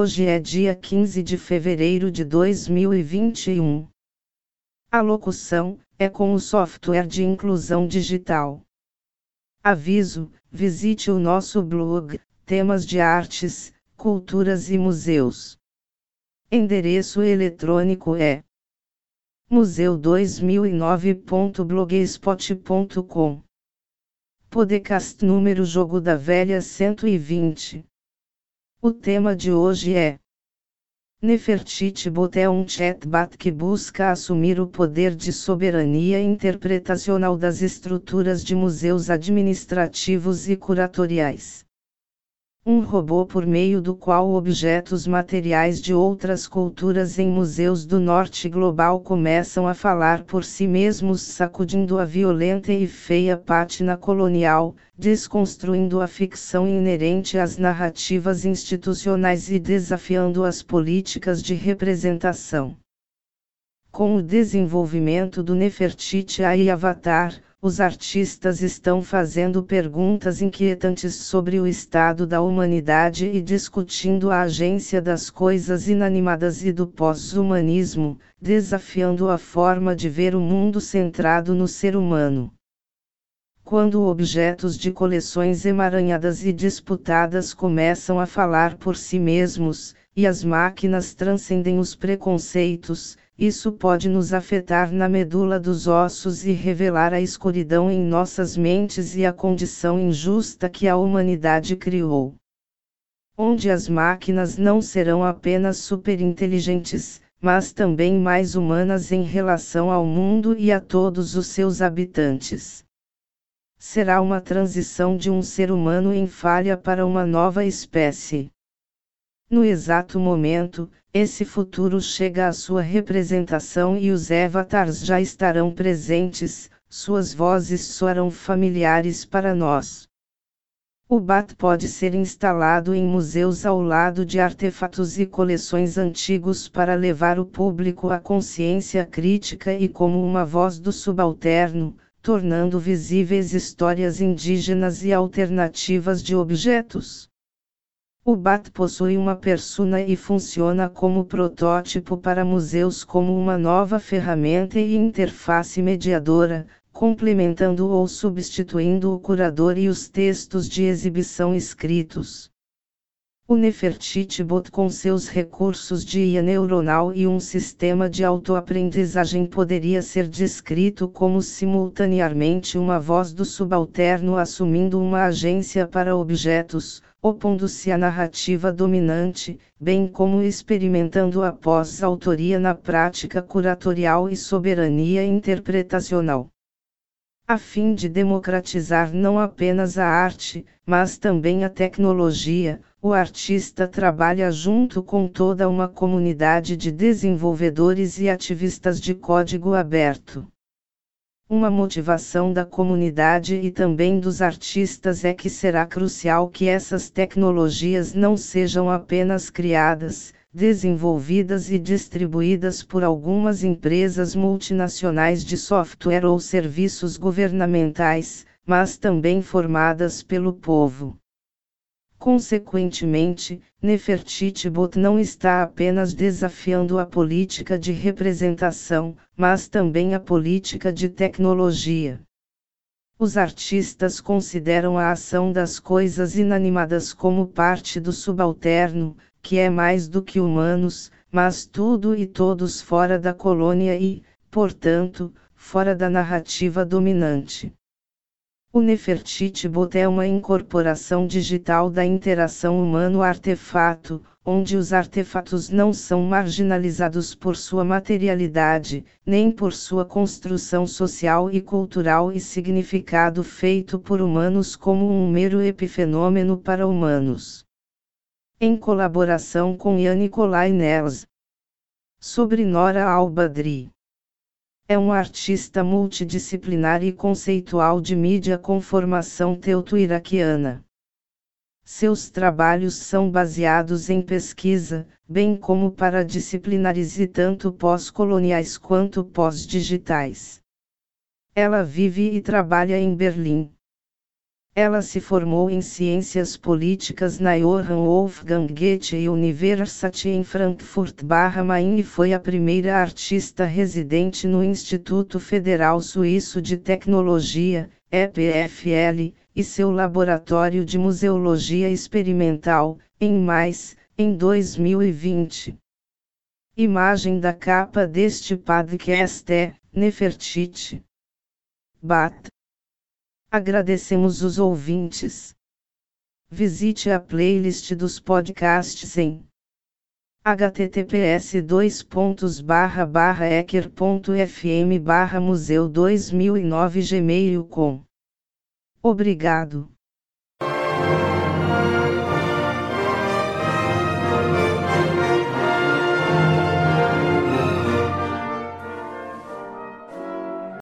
Hoje é dia 15 de fevereiro de 2021. A locução é com o software de inclusão digital. Aviso: visite o nosso blog, temas de artes, culturas e museus. Endereço eletrônico é museu2009.blogspot.com. Podcast número Jogo da Velha 120. O tema de hoje é: Nefertiti-bot é um chatbot que busca assumir o poder de soberania interpretacional das estruturas de museus administrativos e curatoriais. Um robô por meio do qual objetos materiais de outras culturas em museus do norte global começam a falar por si mesmos, sacudindo a violenta e feia pátina colonial, desconstruindo a ficção inerente às narrativas institucionais e desafiando as políticas de representação. Com o desenvolvimento do Nefertiti AI Avatar, os artistas estão fazendo perguntas inquietantes sobre o estado da humanidade e discutindo a agência das coisas inanimadas e do pós-humanismo, desafiando a forma de ver o mundo centrado no ser humano. Quando objetos de coleções emaranhadas e disputadas começam a falar por si mesmos, e as máquinas transcendem os preconceitos, isso pode nos afetar na medula dos ossos e revelar a escuridão em nossas mentes e a condição injusta que a humanidade criou. Onde as máquinas não serão apenas superinteligentes, mas também mais humanas em relação ao mundo e a todos os seus habitantes. Será uma transição de um ser humano em falha para uma nova espécie. No exato momento, esse futuro chega à sua representação e os avatars já estarão presentes, suas vozes soarão familiares para nós. O BAT pode ser instalado em museus ao lado de artefatos e coleções antigos para levar o público à consciência crítica e como uma voz do subalterno, tornando visíveis histórias indígenas e alternativas de objetos. O BAT possui uma persona e funciona como protótipo para museus como uma nova ferramenta e interface mediadora, complementando ou substituindo o curador e os textos de exibição escritos. O Nefertiti-bot com seus recursos de IA neuronal e um sistema de autoaprendizagem poderia ser descrito como simultaneamente uma voz do subalterno assumindo uma agência para objetos, opondo-se à narrativa dominante, bem como experimentando a pós-autoria na prática curatorial e soberania interpretacional. A fim de democratizar não apenas a arte, mas também a tecnologia, o artista trabalha junto com toda uma comunidade de desenvolvedores e ativistas de código aberto. Uma motivação da comunidade e também dos artistas é que será crucial que essas tecnologias não sejam apenas criadas, desenvolvidas e distribuídas por algumas empresas multinacionais de software ou serviços governamentais, mas também formadas pelo povo. Consequentemente, Nefertiti-bot não está apenas desafiando a política de representação, mas também a política de tecnologia. Os artistas consideram a ação das coisas inanimadas como parte do subalterno, que é mais do que humanos, mas tudo e todos fora da colônia e, portanto, fora da narrativa dominante. O Nefertiti-bot é uma incorporação digital da interação humano-artefato, onde os artefatos não são marginalizados por sua materialidade, nem por sua construção social e cultural e significado feito por humanos como um mero epifenômeno para humanos. Em colaboração com Ian Nicolai Nels. Sobre Nora Al-Badri. É um artista multidisciplinar e conceitual de mídia com formação teuto-iraquiana. Seus trabalhos são baseados em pesquisa, bem como paradisciplinares e tanto pós-coloniais quanto pós-digitais. Ela vive e trabalha em Berlim. Ela se formou em Ciências Políticas na Johann Wolfgang Goethe University em Frankfurt/Main e foi a primeira artista residente no Instituto Federal Suíço de Tecnologia, EPFL, e seu laboratório de museologia experimental, em 2020. Imagem da capa deste podcast é Nefertiti. Bat. Agradecemos os ouvintes. Visite a playlist dos podcasts em https://ecker.fm/museu2009 gmail.com. Obrigado.